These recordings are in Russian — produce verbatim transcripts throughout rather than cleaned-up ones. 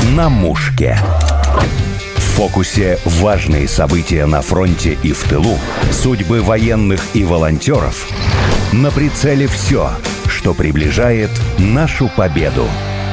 на мушке. В фокусе важные события на фронте и в тылу, судьбы военных и волонтеров. На прицеле все, что приближает нашу победу.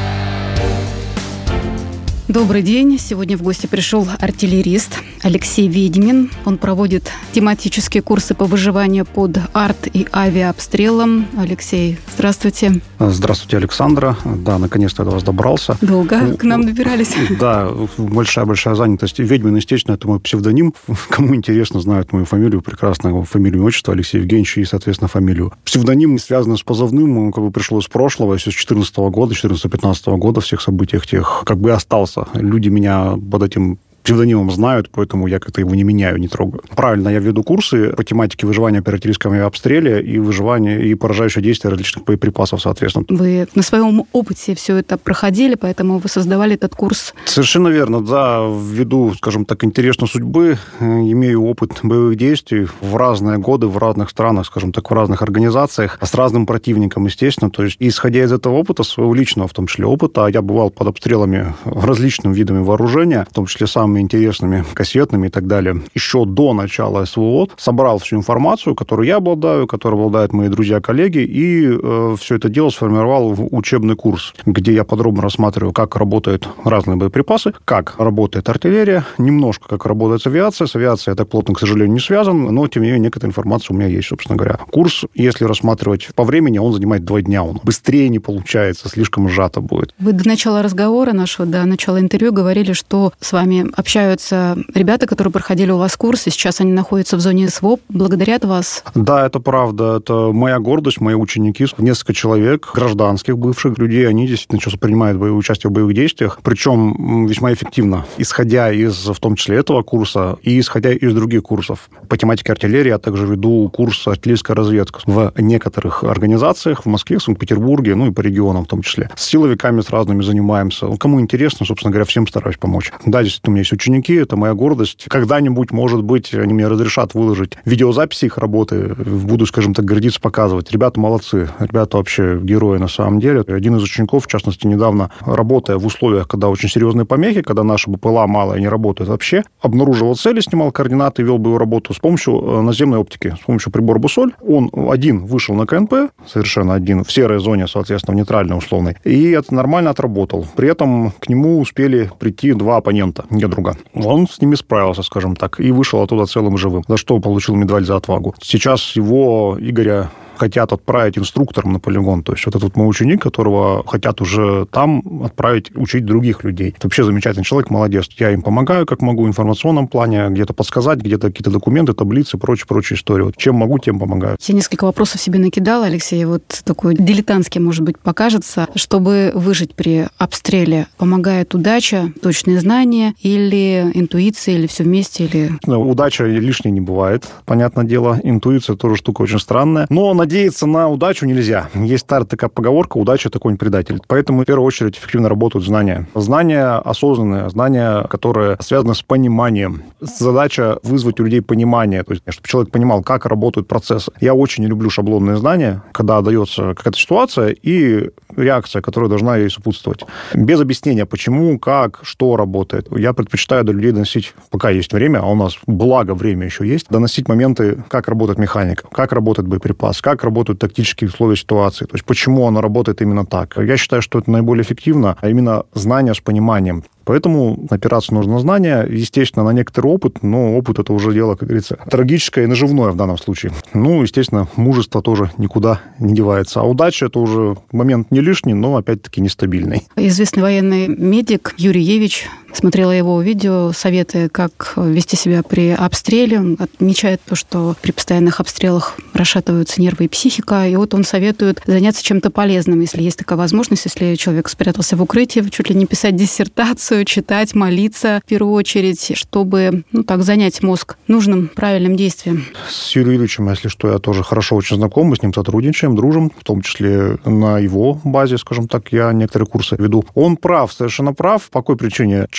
Добрый день. Сегодня в гости пришел артиллерист Алексей Ведьмин. Он проводит тематические курсы по выживанию под арт- и авиаобстрелом. Алексей, здравствуйте. Здравствуйте, Александра. Да, наконец-то я до вас добрался. Долго к нам добирались? Да, большая-большая занятость. Ведьмин, естественно, это мой псевдоним. Кому интересно, знают мою фамилию, прекрасно, фамилию и отчество Алексей Евгеньевич и, соответственно, фамилию. Псевдоним связан с позывным, как бы пришло из прошлого, еще с четырнадцатого года, четырнадцатого-пятнадцатого года, всех событиях тех, как бы остался. Люди меня под этим псевдонимом знают, поэтому я как-то его не меняю, не трогаю. Правильно, я веду курсы по тематике выживания при артиллерийском авиаобстреле и выживания и поражающее действие различных боеприпасов, соответственно. Вы на своем опыте все это проходили, поэтому вы создавали этот курс? Совершенно верно, да. Ввиду, скажем так, интересной судьбы, имею опыт боевых действий в разные годы, в разных странах, скажем так, в разных организациях, с разным противником, естественно. То есть, исходя из этого опыта, своего личного, в том числе, опыта, я бывал под обстрелами различными видами вооружения, в том числе самыми интересными, кассетными и так далее. Еще до начала СВО собрал всю информацию, которую я обладаю, которой обладают мои друзья-коллеги, и э, все это дело сформировал в учебный курс, где я подробно рассматриваю, как работают разные боеприпасы, как работает артиллерия, немножко как работает авиация. С авиацией я так плотно, к сожалению, не связан, но, тем не менее, некоторая информация у меня есть, собственно говоря. Курс, если рассматривать по времени, он занимает два дня. Он быстрее не получается, слишком сжато будет. Вы до начала разговора нашего, до начала интервью говорили, что с вами общаются ребята, которые проходили у вас курс, и сейчас они находятся в зоне СВО, благодарят вас. Да, это правда. Это моя гордость, мои ученики, несколько человек, гражданских бывших людей, они действительно сейчас принимают боевое участие в боевых действиях, причем весьма эффективно, исходя из, в том числе, этого курса и исходя из других курсов. По тематике артиллерии я также веду курс артиллерийская разведка в некоторых организациях, в Москве, в Санкт-Петербурге, ну и по регионам в том числе. С силовиками с разными занимаемся. Кому интересно, собственно говоря, всем стараюсь помочь. Да, действительно, у меня есть ученики, это моя гордость. Когда-нибудь, может быть, они мне разрешат выложить видеозаписи их работы. Буду, скажем так, гордиться, показывать. Ребята молодцы. Ребята вообще герои на самом деле. Один из учеников, в частности, недавно, работая в условиях, когда очень серьезные помехи, когда наши БПЛА мало и не работают вообще, обнаруживал цели, снимал координаты, вел боевую работу с помощью наземной оптики, с помощью прибора «Бусоль». Он один вышел на КНП, совершенно один, в серой зоне, соответственно, в нейтральной условной, и это нормально отработал. При этом к нему успели прийти два оппонента, не друга. Он с ними справился, скажем так, и вышел оттуда целым и живым, за что получил медаль за отвагу. Сейчас его, Игоря, хотят отправить инструктором на полигон. То есть вот этот мой ученик, которого хотят уже там отправить учить других людей. Это вообще замечательный человек, молодец. Я им помогаю, как могу, в информационном плане, где-то подсказать, где-то какие-то документы, таблицы и прочие-прочие истории. Вот чем могу, тем помогаю. Я несколько вопросов себе накидала, Алексей. Вот такой дилетантский, может быть, покажется. Чтобы выжить при обстреле, помогает удача, точные знания или интуиция, или все вместе, или... Удача лишней не бывает, понятное дело. Интуиция тоже штука очень странная. Но надеяться на удачу нельзя. Есть старая такая поговорка: удача такой предатель. Поэтому в первую очередь эффективно работают знания. Знания осознанные, знания, которые связаны с пониманием. Задача вызвать у людей понимание, то есть, чтобы человек понимал, как работают процессы. Я очень не люблю шаблонные знания, когда дается какая-то ситуация и реакция, которая должна ей сопутствовать. Без объяснения, почему, как, что работает. Я предпочитаю до людей доносить, пока есть время, а у нас, благо, время еще есть, доносить моменты, как работает механика, как работает боеприпас, как работают тактические условия ситуации, то есть почему оно работает именно так. Я считаю, что это наиболее эффективно, а именно знание с пониманием. Поэтому опираться нужно на знания, естественно, на некоторый опыт, но опыт — это уже дело, как говорится, трагическое и наживное в данном случае. Ну, естественно, мужество тоже никуда не девается. А удача — это уже момент не лишний, но, опять-таки, нестабильный. Известный военный медик Юрий Евич, смотрела его видео, советы, как вести себя при обстреле. Он отмечает то, что при постоянных обстрелах расшатываются нервы и психика, и вот он советует заняться чем-то полезным, если есть такая возможность, если человек спрятался в укрытии, чуть ли не писать диссертацию, читать, молиться в первую очередь, чтобы, ну, так, занять мозг нужным, правильным действием. С Юрием Юрьевичем, если что, я тоже хорошо очень знаком, мы с ним сотрудничаем, дружим, в том числе на его базе, скажем так, я некоторые курсы веду. Он прав, совершенно прав. По какой причине? Человек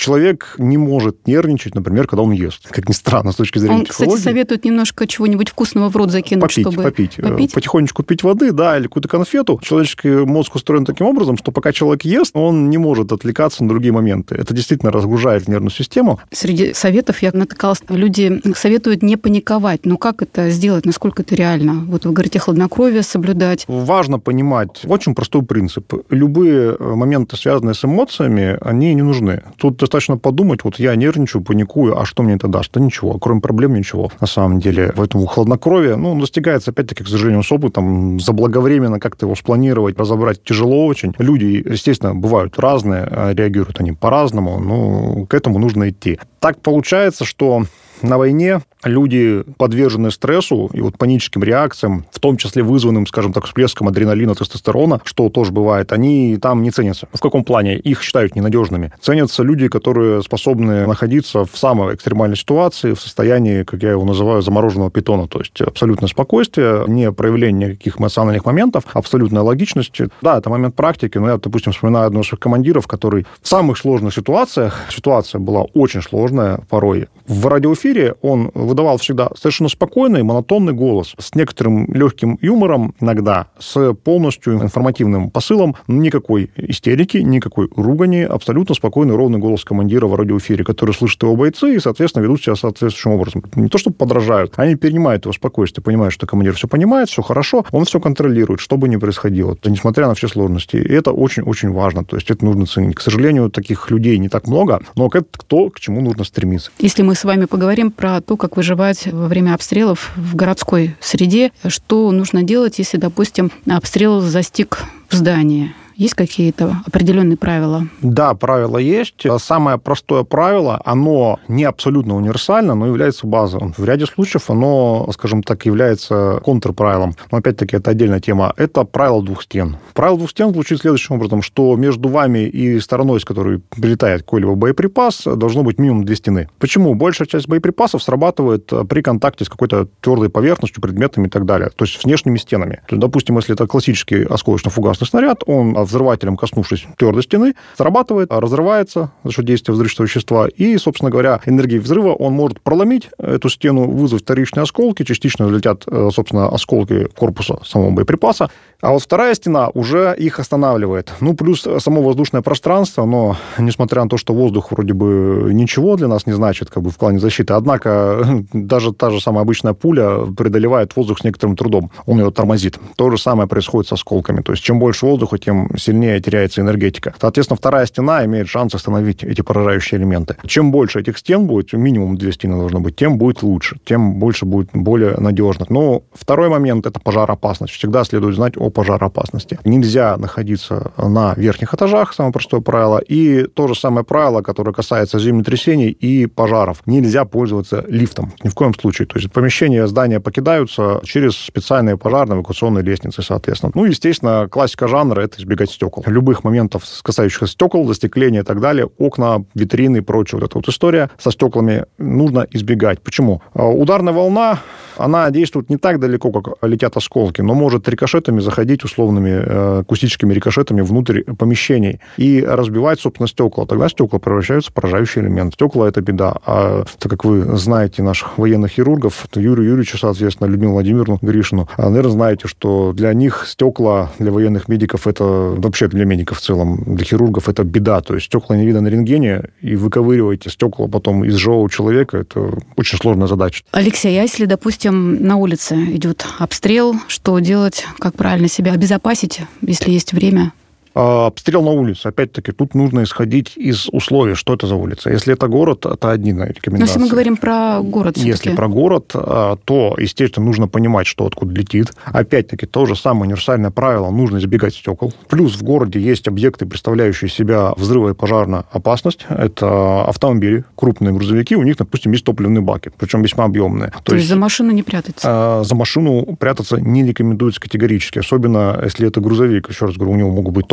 человек не может нервничать, например, когда он ест. Как ни странно, с точки зрения он, психологии. Кстати, советует немножко чего-нибудь вкусного в рот закинуть, попить, чтобы... Попить, попить. Потихонечку пить воды, да, или какую-то конфету. Человеческий мозг устроен таким образом, что пока человек ест, он не может отвлекаться на другие моменты. Это действительно разгружает нервную систему. Среди советов я натыкалась, люди советуют не паниковать. Но как это сделать? Насколько это реально? Вот вы говорите, хладнокровие соблюдать. Важно понимать очень простой принцип. Любые моменты, связанные с эмоциями, они не нужны. Тут достаточно подумать, вот я нервничаю, паникую, а что мне это даст? Да ничего, кроме проблем ничего на самом деле. Поэтому хладнокровие, ну, достигается, опять-таки, к сожалению, с опытом. Заблаговременно как-то его спланировать, разобрать тяжело очень. Люди, естественно, бывают разные, реагируют они по-разному, но к этому нужно идти. Так получается, что на войне люди подвержены стрессу и вот паническим реакциям, в том числе вызванным, скажем так, всплеском адреналина, тестостерона, что тоже бывает, они там не ценятся. В каком плане? Их считают ненадежными. Ценятся люди, которые способны находиться в самой экстремальной ситуации, в состоянии, как я его называю, замороженного питона, то есть абсолютное спокойствие, не проявление никаких эмоциональных моментов, абсолютная логичность. Да, это момент практики, но я, допустим, вспоминаю одного из своих командиров, который в самых сложных ситуациях, ситуация была очень сложная порой, в радиоэфире он выдавал всегда совершенно спокойный, монотонный голос с некоторым легким юмором иногда, с полностью информативным посылом, никакой истерики, никакой ругани, абсолютно спокойный, ровный голос командира в радиоэфире, который слышат его бойцы и, соответственно, ведут себя соответствующим образом. Не то, что подражают, они перенимают его спокойствие, понимают, что командир все понимает, все хорошо, он все контролирует, что бы ни происходило, несмотря на все сложности. И это очень-очень важно, то есть это нужно ценить. К сожалению, таких людей не так много, но это то, к чему нужно стремиться. Если мы с вами поговорим про то, как выживать во время обстрелов в городской среде, что нужно делать, если, допустим, обстрел застиг в здании? Есть какие-то определенные правила? Да, правила есть. Самое простое правило, оно не абсолютно универсально, но является базовым. В ряде случаев оно, скажем так, является контрправилом. Но опять-таки это отдельная тема. Это правило двух стен. Правило двух стен звучит следующим образом, что между вами и стороной, с которой прилетает какой-либо боеприпас, должно быть минимум две стены. Почему? Большая часть боеприпасов срабатывает при контакте с какой-то твердой поверхностью, предметами и так далее. То есть с внешними стенами. То есть, допустим, если это классический осколочно-фугасный снаряд, он взрывателем, коснувшись твердой стены, срабатывает, разрывается за счет действия взрывчатого вещества, и, собственно говоря, энергией взрыва он может проломить эту стену, вызвать вторичные осколки, частично залетят, собственно, осколки корпуса самого боеприпаса, а вот вторая стена уже их останавливает. Ну, плюс само воздушное пространство, но, несмотря на то, что воздух вроде бы ничего для нас не значит, как бы в плане защиты, однако даже та же самая обычная пуля преодолевает воздух с некоторым трудом, он ее тормозит. То же самое происходит с осколками, то есть чем больше воздуха, тем сильнее теряется энергетика. Соответственно, вторая стена имеет шанс остановить эти поражающие элементы. Чем больше этих стен будет, минимум две стены должно быть, тем будет лучше, тем больше будет более надежно. Но второй момент – это пожароопасность. Всегда следует знать о пожароопасности. Нельзя находиться на верхних этажах, самое простое правило, и то же самое правило, которое касается землетрясений и пожаров. Нельзя пользоваться лифтом. Ни в коем случае. То есть помещения, здания покидаются через специальные пожарно-эвакуационные лестницы, соответственно. Ну, естественно, классика жанра – это избегать стекол. Любых моментов, касающихся стекол, застекления и так далее, окна, витрины и прочее. Вот эта вот история со стеклами нужно избегать. Почему? Ударная волна, она действует не так далеко, как летят осколки, но может рикошетами заходить условными акустическими рикошетами внутрь помещений и разбивать, собственно, стекла. Тогда стекла превращаются в поражающий элемент. Стекла – это беда. А так как вы знаете наших военных хирургов, то Юрию Юрьевичу, соответственно, Людмилу Владимировну Гришину, наверное, знаете, что для них стекла, для военных медиков, это вообще для медиков в целом, для хирургов это беда. То есть стекла не видно на рентгене, и выковыриваете стекла потом из живого человека. Это очень сложная задача. Алексей, а если, допустим, на улице идет обстрел, что делать, как правильно себя обезопасить, если есть время? Обстрел на улице. Опять-таки, тут нужно исходить из условий, что это за улица. Если это город, это одни рекомендации. Но если мы говорим про город все-таки. Если про город, то, естественно, нужно понимать, что откуда летит. Опять-таки, то же самое универсальное правило, нужно избегать стекол. Плюс в городе есть объекты, представляющие себя взрыво- и пожарную опасность. Это автомобили, крупные грузовики, у них, допустим, есть топливные баки, причем весьма объемные. То, то есть за машину не прятаться? За машину прятаться не рекомендуется категорически, особенно если это грузовик. Еще раз говорю, у него могут быть топ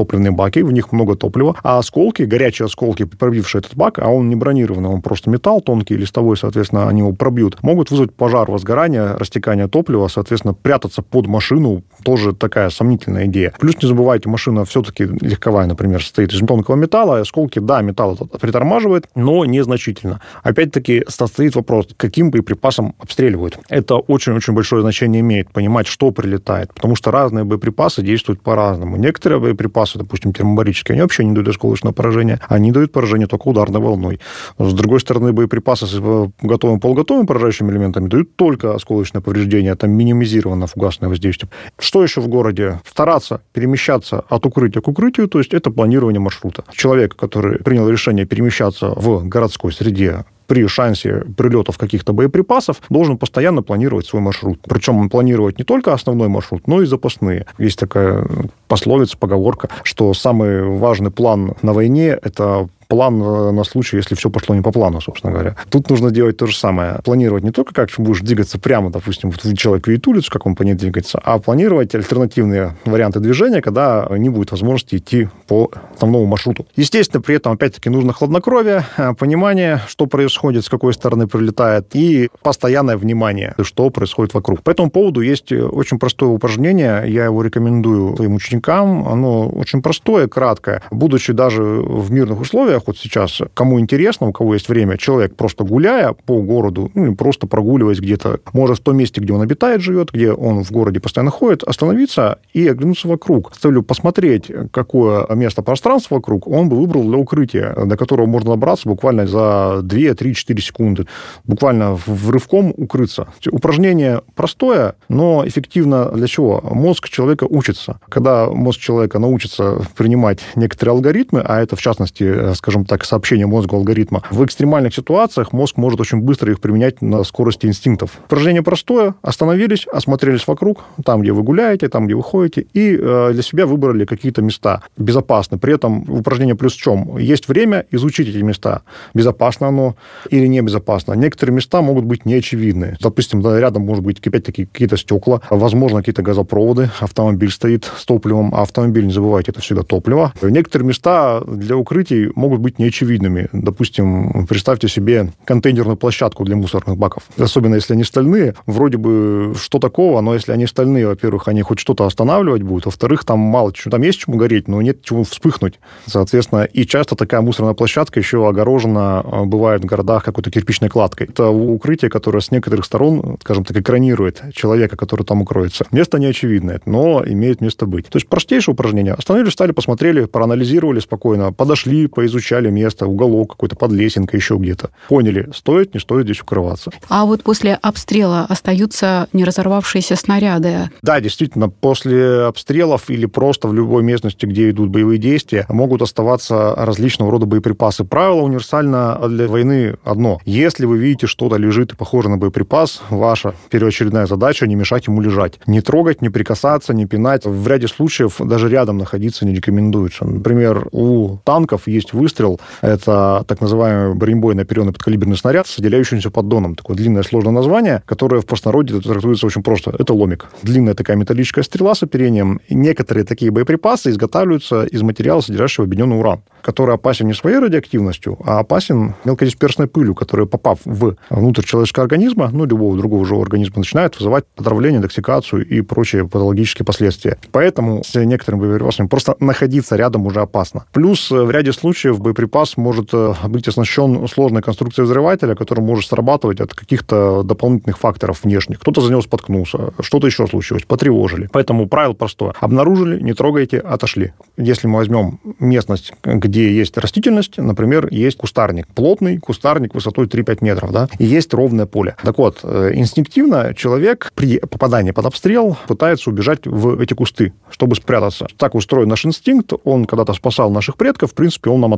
топливные баки, в них много топлива, а осколки, горячие осколки, пробившие этот бак, а он не бронированный, он просто металл тонкий, листовой, соответственно, они его пробьют, могут вызвать пожар, возгорание, растекание топлива, соответственно, прятаться под машину, тоже такая сомнительная идея. Плюс не забывайте, машина все-таки легковая, например, состоит из тонкого металла, осколки, да, металл этот притормаживает, но незначительно. Опять-таки, стоит вопрос, каким боеприпасом обстреливают. Это очень-очень большое значение имеет, понимать, что прилетает, потому что разные боеприпасы действуют по-разному. Некоторые боеприпасы, допустим, термобарические, они вообще не дают осколочного поражения, они дают поражение только ударной волной. С другой стороны, боеприпасы с готовым полуготовым поражающими элементами дают только осколочное повреждение, там минимизировано фугасное воздействие. Что еще в городе? Стараться перемещаться от укрытия к укрытию, то есть это планирование маршрута. Человек, который принял решение перемещаться в городской среде, при шансе прилетов каких-то боеприпасов, должен постоянно планировать свой маршрут. Причем планировать не только основной маршрут, но и запасные. Есть такая пословица, поговорка, что самый важный план на войне – это план на случай, если все пошло не по плану, собственно говоря. Тут нужно делать то же самое. Планировать не только, как будешь двигаться прямо, допустим, человек видит улицу, как он по ней двигается, а планировать альтернативные варианты движения, когда не будет возможности идти по основному маршруту. Естественно, при этом, опять-таки, нужно хладнокровие, понимание, что происходит, с какой стороны прилетает, и постоянное внимание, что происходит вокруг. По этому поводу есть очень простое упражнение, я его рекомендую своим ученикам. Оно очень простое, краткое. Будучи даже в мирных условиях, вот сейчас, кому интересно, у кого есть время, человек просто гуляя по городу, ну, или просто прогуливаясь где-то, может в том месте, где он обитает, живет, где он в городе постоянно ходит, остановиться и оглянуться вокруг. С целью посмотреть, какое место пространства вокруг он бы выбрал для укрытия, до которого можно добраться буквально за две, три, четыре секунды. Буквально в рывком укрыться. Упражнение простое, но эффективно для чего? Мозг человека учится. Когда мозг человека научится принимать некоторые алгоритмы, а это, в частности, скажем так, сообщение мозгу алгоритма, в экстремальных ситуациях мозг может очень быстро их применять на скорости инстинктов. Упражнение простое. Остановились, осмотрелись вокруг, там, где вы гуляете, там, где вы ходите, и э, для себя выбрали какие-то места безопасные. При этом упражнение плюс в чем? Есть время изучить эти места. Безопасно оно или небезопасно. Некоторые места могут быть неочевидны. Допустим, да, рядом может быть опять-таки какие-то стекла, возможно, какие-то газопроводы, автомобиль стоит с топливом, а автомобиль, не забывайте, это всегда топливо. Некоторые места для укрытий могут быть неочевидными. Допустим, представьте себе контейнерную площадку для мусорных баков. Особенно, если они стальные. Вроде бы, что такого, но если они стальные, во-первых, они хоть что-то останавливать будут, во-вторых, там мало чего. Там есть чему гореть, но нет чего вспыхнуть. Соответственно, и часто такая мусорная площадка еще огорожена, бывает в городах, какой-то кирпичной кладкой. Это укрытие, которое с некоторых сторон, скажем так, экранирует человека, который там укроется. Место неочевидное, но имеет место быть. То есть простейшее упражнение. Остановились, встали, посмотрели, проанализировали спокойно, подошли, поизучали место, уголок какой-то, под лесенкой, еще где-то. Поняли, стоит, не стоит здесь укрываться. А вот после обстрела остаются не разорвавшиеся снаряды? Да, действительно, после обстрелов или просто в любой местности, где идут боевые действия, могут оставаться различного рода боеприпасы. Правило универсально для войны одно. Если вы видите, что-то лежит и похоже на боеприпас, ваша первоочередная задача — не мешать ему лежать. Не трогать, не прикасаться, не пинать. В ряде случаев даже рядом находиться не рекомендуется. Например, у танков есть выстрел. Это так называемый бронебойно-оперенный подкалиберный снаряд с отделяющимся поддоном. Такое длинное сложное название, которое в простонародье трактуется очень просто. Это ломик. Длинная такая металлическая стрела с оперением. И некоторые такие боеприпасы изготавливаются из материала, содержащего объединенный уран, который опасен не своей радиоактивностью, а опасен мелкодисперсной пылью, которая, попав в внутрь человеческого организма, ну, любого другого живого организма, начинает вызывать отравление, интоксикацию и прочие патологические последствия. Поэтому с некоторыми боеприпасами просто находиться рядом уже опасно. Плюс в ряде случаев боеприпас может быть оснащен сложной конструкцией взрывателя, который может срабатывать от каких-то дополнительных факторов внешних. Кто-то за него споткнулся, что-то еще случилось, потревожили. Поэтому правило простое. Обнаружили, не трогайте, отошли. Если мы возьмем местность, где есть растительность, например, есть кустарник. Плотный кустарник высотой три-пять метров, да, и есть ровное поле. Так вот, инстинктивно человек при попадании под обстрел пытается убежать в эти кусты, чтобы спрятаться. Так устроен наш инстинкт. Он когда-то спасал наших предков. В принципе, он нам оттуда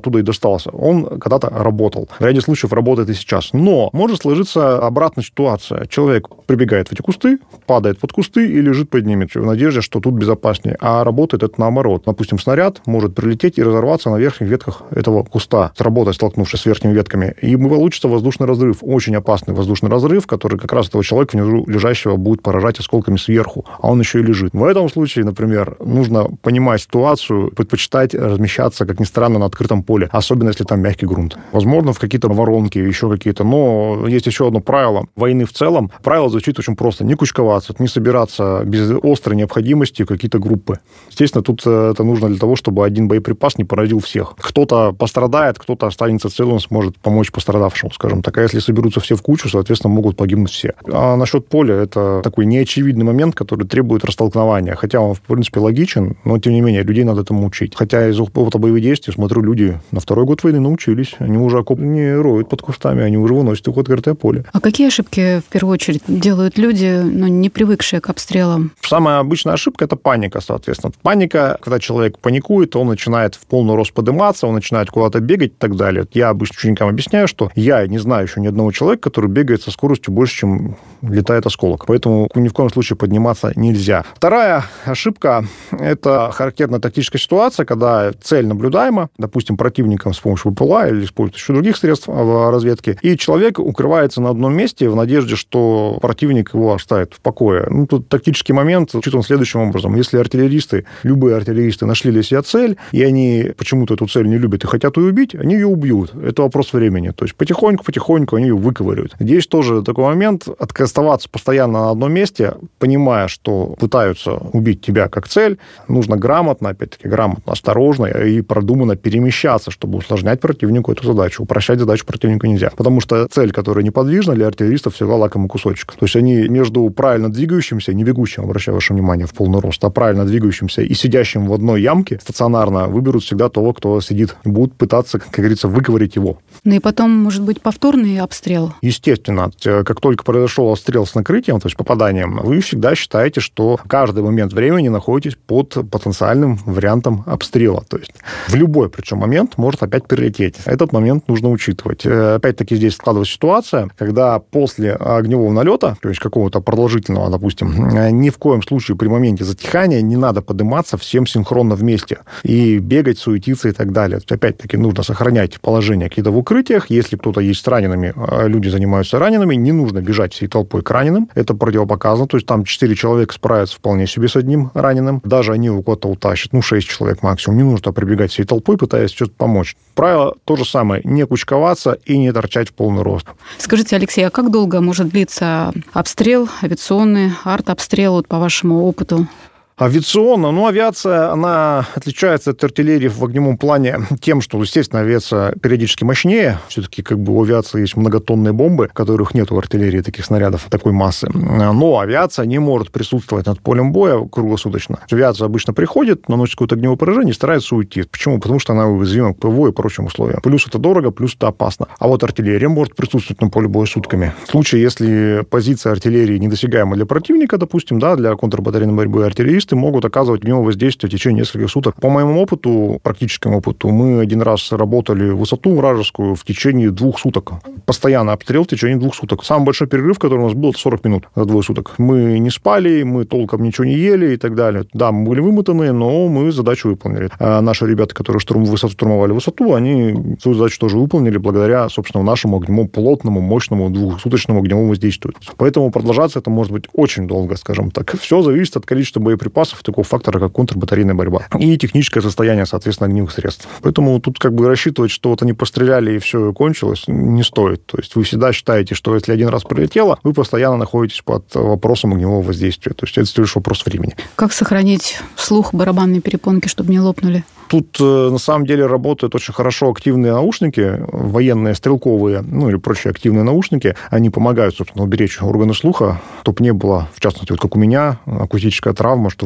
оттуда и достался. Он когда-то работал. В ряде случаев работает и сейчас. Но может сложиться обратная ситуация. Человек прибегает в эти кусты, падает под кусты и лежит под ними в надежде, что тут безопаснее. А работает это наоборот. Допустим, снаряд может прилететь и разорваться на верхних ветках этого куста, сработать, столкнувшись с верхними ветками. И получится воздушный разрыв. Очень опасный воздушный разрыв, который как раз этого человека внизу лежащего будет поражать осколками сверху. А он еще и лежит. В этом случае, например, нужно понимать ситуацию, предпочитать размещаться, как ни странно, на открытом поле. Особенно, если там мягкий грунт. Возможно, в какие-то воронки, еще какие-то. Но есть еще одно правило войны в целом. Правило звучит очень просто. Не кучковаться, не собираться без острой необходимости в какие-то группы. Естественно, тут это нужно для того, чтобы один боеприпас не поразил всех. Кто-то пострадает, кто-то останется целым, сможет помочь пострадавшему, скажем так. А если соберутся все в кучу, соответственно, могут погибнуть все. А насчет поля, это такой неочевидный момент, который требует растолкования. Хотя он, в принципе, логичен, но, тем не менее, людей надо этому учить. Хотя из опыта боевых действий, смотрю, люди на второй год войны научились. Они уже окоп не роют под кустами, они уже выносят их в открытое поле. А какие ошибки, в первую очередь, делают люди, ну, не привыкшие к обстрелам? Самая обычная ошибка – это паника, соответственно. Паника, когда человек паникует, он начинает в полный рост подниматься, он начинает куда-то бегать и так далее. Я обычно ученикам объясняю, что я не знаю еще ни одного человека, который бегает со скоростью больше, чем летает осколок. Поэтому ни в коем случае подниматься нельзя. Вторая ошибка – это характерная тактическая ситуация, когда цель наблюдаема, допустим, противником с помощью ППЛА или с помощью еще других средств разведки, и человек укрывается на одном месте в надежде, что противник его оставит в покое. Ну, тут тактический момент учитыван следующим образом. Если артиллеристы, любые артиллеристы нашли для себя цель, и они почему-то эту цель не любят и хотят ее убить, они ее убьют. Это вопрос времени. То есть потихоньку-потихоньку они ее выковыривают. Здесь тоже такой момент, оставаться постоянно на одном месте, понимая, что пытаются убить тебя как цель, нужно грамотно, опять-таки, грамотно, осторожно и продуманно перемещаться, чтобы усложнять противнику эту задачу. Упрощать задачу противнику нельзя. Потому что цель, которая неподвижна, для артиллеристов всегда лакомый кусочек. То есть они между правильно двигающимся, не бегущим, обращаю ваше внимание, в полный рост, а правильно двигающимся и сидящим в одной ямке стационарно выберут всегда того, кто сидит, и будут пытаться, как говорится, выковырять его. Ну и потом, может быть, повторный обстрел? Естественно. Как только произошел обстрел с накрытием, то есть попаданием, вы всегда считаете, что в каждый момент времени находитесь под потенциальным вариантом обстрела. То есть в любой, причем, момент может опять прилететь. Этот момент нужно учитывать. Опять-таки здесь складывается ситуация, когда после огневого налета, то есть какого-то продолжительного, допустим, ни в коем случае при моменте затихания не надо подниматься всем синхронно вместе и бегать, суетиться и так далее. Опять-таки нужно сохранять положение какие-то в укрытиях. Если кто-то есть с ранеными, люди занимаются ранеными, не нужно бежать всей толпой к раненым. Это противопоказано. То есть там четыре человека справятся вполне себе с одним раненым. Даже они его куда-то утащат. Ну, шесть человек максимум. Не нужно прибегать всей толпой, пытаясь что-то помочь. Правило то же самое. Не кучковаться и не торчать в полный рост. Скажите, Алексей, а как долго может длиться обстрел, авиационный, артобстрел, вот, по вашему опыту? Авиационно, ну, авиация, она отличается от артиллерии в огневом плане тем, что, естественно, авиация периодически мощнее. Все-таки как бы у авиации есть многотонные бомбы, которых нет у артиллерии таких снарядов такой массы. Но авиация не может присутствовать над полем боя круглосуточно. Авиация обычно приходит, наносит какое-то огневое поражение и старается уйти. Почему? Потому что она уязвима к ПВО и прочим условиям. Плюс это дорого, плюс это опасно. А вот артиллерия может присутствовать на поле боя сутками. В случае, если позиция артиллерии недосягаема для противника, допустим, да, для контрбатарейной борьбы артиллеристы могут оказывать огневое воздействие в течение нескольких суток. По моему опыту, практическому опыту, мы один раз работали высоту вражескую в течение двух суток. Постоянно обстрел в течение двух суток. Самый большой перерыв, который у нас был, это сорок минут за двое суток. Мы не спали, мы толком ничего не ели и так далее. Да, мы были вымотаны, но мы задачу выполнили. А наши ребята, которые штурм, высоту, штурмовали высоту, они свою задачу тоже выполнили благодаря, собственно, нашему огневому, плотному, мощному, двухсуточному огневому воздействию. Поэтому продолжаться это может быть очень долго, скажем так. Все зависит от количества боеприпасов, такого фактора, как контрбатарейная борьба. И техническое состояние, соответственно, огневых средств. Поэтому тут как бы рассчитывать, что вот они постреляли и все кончилось, не стоит. То есть вы всегда считаете, что если один раз прилетело, вы постоянно находитесь под вопросом огневого воздействия. То есть это лишь вопрос времени. Как сохранить слух барабанной перепонки, чтобы не лопнули? Тут, на самом деле, работают очень хорошо активные наушники, военные, стрелковые, ну, или прочие активные наушники. Они помогают, собственно, уберечь органы слуха, чтобы не было, в частности, вот как у меня, акустическая травма, что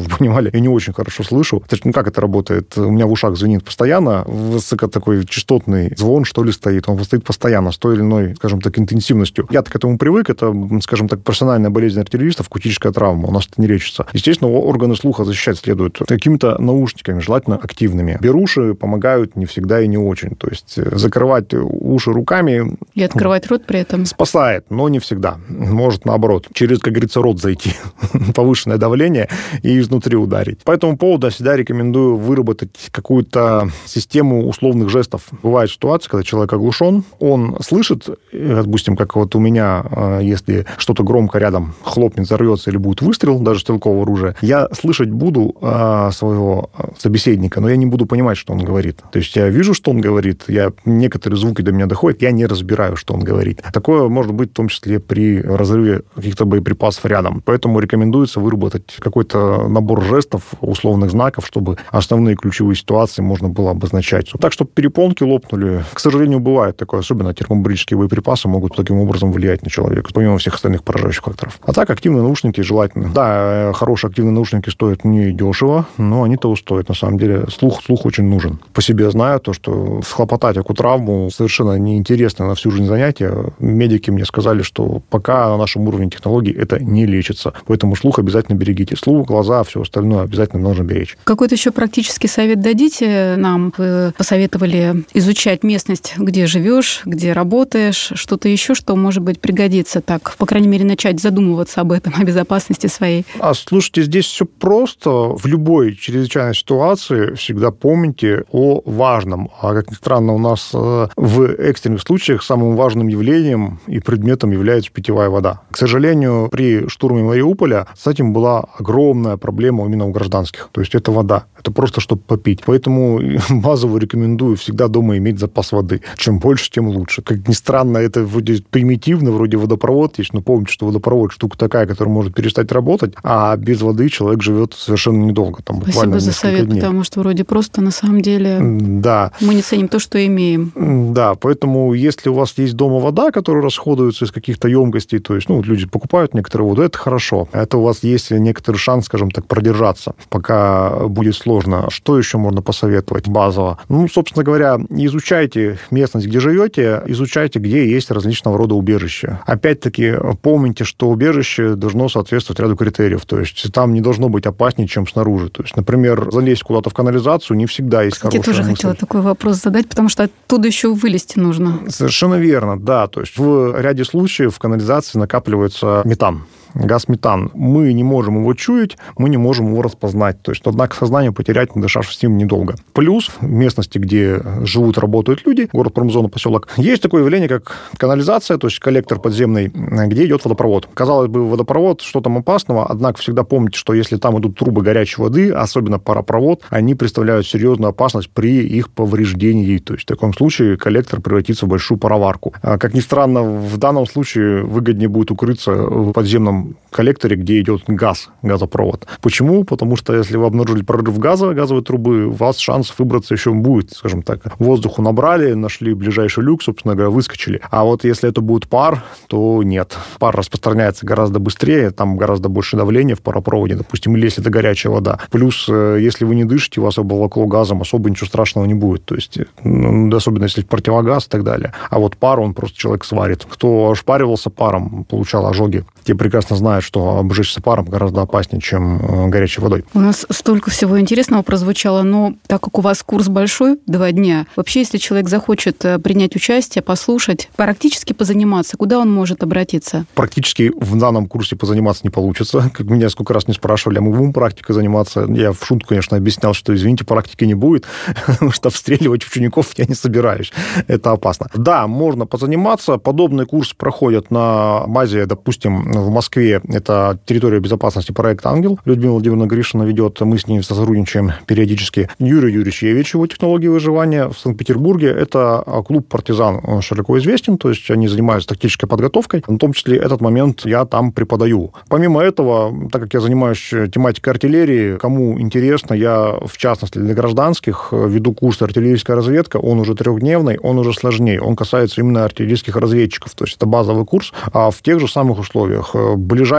чтобы вы понимали, я не очень хорошо слышу. То есть, ну, как это работает? У меня в ушах звенит постоянно, высоко такой частотный звон, что ли, стоит. Он стоит постоянно, с той или иной, скажем так, интенсивностью. Я-то к этому привык. Это, скажем так, профессиональная болезнь артиллеристов, акустическая травма. У нас это не лечится. Естественно, органы слуха защищать следует какими-то наушниками, желательно активными. Беруши помогают не всегда и не очень. То есть закрывать уши руками... И открывать рот при этом? Спасает, но не всегда. Может, наоборот, через, как говорится, рот зайти. Повышенное давление и изнутри ударить. По этому поводу я всегда рекомендую выработать какую-то систему условных жестов. Бывает ситуация, когда человек оглушен, он слышит, допустим, как вот у меня, если что-то громко рядом хлопнет, взорвется или будет выстрел, даже стрелкового оружия, я слышать буду своего собеседника, но я не буду понимать, что он говорит. То есть я вижу, что он говорит, я, некоторые звуки до меня доходят, я не разбираю, что он говорит. Такое может быть в том числе при разрыве каких-то боеприпасов рядом. Поэтому рекомендуется выработать какой-то набор жестов, условных знаков, чтобы основные ключевые ситуации можно было обозначать. Так, чтобы перепонки лопнули. К сожалению, бывает такое, особенно термобарические боеприпасы могут таким образом влиять на человека, помимо всех остальных поражающих факторов. А так, активные наушники желательно. Да, хорошие активные наушники стоят не дешево, но они того стоят. На самом деле, слух, слух очень нужен. По себе знаю то, что схлопотать акутравму совершенно неинтересно на всю жизнь занятия. Медики мне сказали, что пока на нашем уровне технологий это не лечится. Поэтому слух обязательно берегите. Слух, глаза, все остальное обязательно нужно беречь. Какой-то еще практический совет дадите нам? Вы посоветовали изучать местность, где живешь, где работаешь, что-то еще, что, может быть, пригодится так, по крайней мере, начать задумываться об этом, о безопасности своей. А слушайте, здесь все просто. В любой чрезвычайной ситуации всегда помните о важном. А, как ни странно, у нас в экстренных случаях самым важным явлением и предметом является питьевая вода. К сожалению, при штурме Мариуполя с этим была огромная проблема именно у гражданских. То есть это вода. Это просто, чтобы попить. Поэтому базово рекомендую всегда дома иметь запас воды. Чем больше, тем лучше. Как ни странно, это вроде примитивно, вроде водопровод есть, но помните, что водопровод штука такая, которая может перестать работать, а без воды человек живет совершенно недолго. Там, Спасибо за совет, дней. Потому что вроде просто на самом деле да. мы не ценим то, что имеем. Да, поэтому если у вас есть дома вода, которая расходуется из каких-то емкостей, то есть ну, люди покупают некоторую воду, это хорошо. Это у вас есть некоторый шанс, скажем так, продержаться, пока будет сложно. Что еще можно посоветовать базово? Ну, собственно говоря, изучайте местность, где живете, изучайте, где есть различного рода убежища. Опять-таки, помните, что убежище должно соответствовать ряду критериев. То есть там не должно быть опаснее, чем снаружи. То есть, например, залезть куда-то в канализацию не всегда есть Кстати, хорошая я тоже мысль. хотела такой вопрос задать, потому что оттуда еще вылезти нужно. Совершенно верно, да. То есть в ряде случаев в канализации накапливается метан. Газ метан. Мы не можем его чуять, мы не можем его распознать. То есть, однако, сознание потерять, надышавшись с ним, недолго. Плюс в местности, где живут, работают люди, город, промзона, поселок, есть такое явление, как канализация, то есть коллектор подземный, где идет водопровод. Казалось бы, водопровод, что там опасного, однако всегда помните, что если там идут трубы горячей воды, особенно паропровод, они представляют серьезную опасность при их повреждении. То есть, в таком случае коллектор превратится в большую пароварку. Как ни странно, в данном случае выгоднее будет укрыться в подземном коллекторе, где идет газ, газопровод. Почему? Потому что если вы обнаружили прорыв газа, газовой трубы, у вас шанс выбраться еще будет, скажем так. Воздуху набрали, нашли ближайший люк, собственно говоря, выскочили. А вот если это будет пар, то нет. Пар распространяется гораздо быстрее, там гораздо больше давления в паропроводе, допустим, или если это горячая вода. Плюс, если вы не дышите, вас обволокло газом, особо ничего страшного не будет. То есть, ну, особенно если противогаз и так далее. А вот пар, он просто человек сварит. Кто ошпаривался паром, получал ожоги, те прекрасно знают, что обжечься паром гораздо опаснее, чем горячей водой. У нас столько всего интересного прозвучало, но так как у вас курс большой, два дня, вообще, если человек захочет принять участие, послушать, практически позаниматься, куда он может обратиться? Практически в данном курсе позаниматься не получится. Как меня сколько раз не спрашивали, а мы будем практикой заниматься? Я в шутку, конечно, объяснял, что, извините, практики не будет, потому что обстреливать учеников я не собираюсь. Это опасно. Да, можно позаниматься. Подобные курсы проходят на базе, допустим, в Москве. Это территория безопасности, проект «Ангел». Людмила Владимировна Гришина ведет, мы с ней сотрудничаем периодически. Юрий Юрьевич, его технологии выживания в Санкт-Петербурге. Это клуб «Партизан», он широко известен, то есть они занимаются тактической подготовкой. В том числе этот момент я там преподаю. Помимо этого, так как я занимаюсь тематикой артиллерии, кому интересно, я, в частности, для гражданских веду курс «Артиллерийская разведка». Он уже трехдневный, он уже сложнее. Он касается именно артиллерийских разведчиков. То есть это базовый курс, а в тех же самых условиях. Ближайший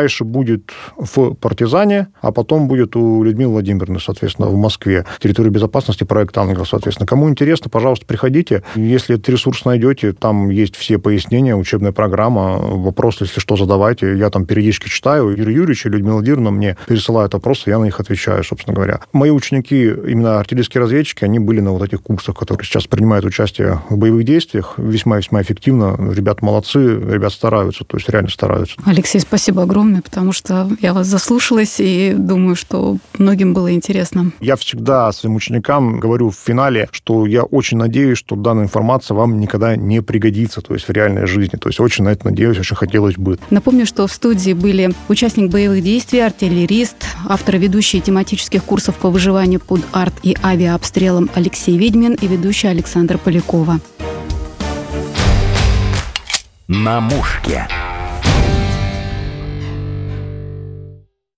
дальше будет в «Партизане», а потом будет у Людмилы Владимировны, соответственно, в Москве. Территория безопасности, проект «Ангел», соответственно. Кому интересно, пожалуйста, приходите. Если этот ресурс найдете, там есть все пояснения, учебная программа, вопросы, если что, задавайте. Я там периодически читаю. Юрий Юрьевич и Людмила Владимировна мне пересылают вопросы, я на них отвечаю, собственно говоря. Мои ученики, именно артиллерийские разведчики, они были на вот этих курсах, которые сейчас принимают участие в боевых действиях. Весьма-весьма эффективно. Ребят молодцы, ребят стараются, то есть реально стараются. Алексей, спасибо огромное, потому что я вас заслушалась и думаю, что многим было интересно. Я всегда своим ученикам говорю в финале, что я очень надеюсь, что данная информация вам никогда не пригодится, то есть в реальной жизни. То есть очень на это надеюсь, очень хотелось бы. Напомню, что в студии были участник боевых действий, артиллерист, автор и ведущий тематических курсов по выживанию под арт- и авиаобстрелом Алексей Ведьмин и ведущая Александра Полякова. На мушке.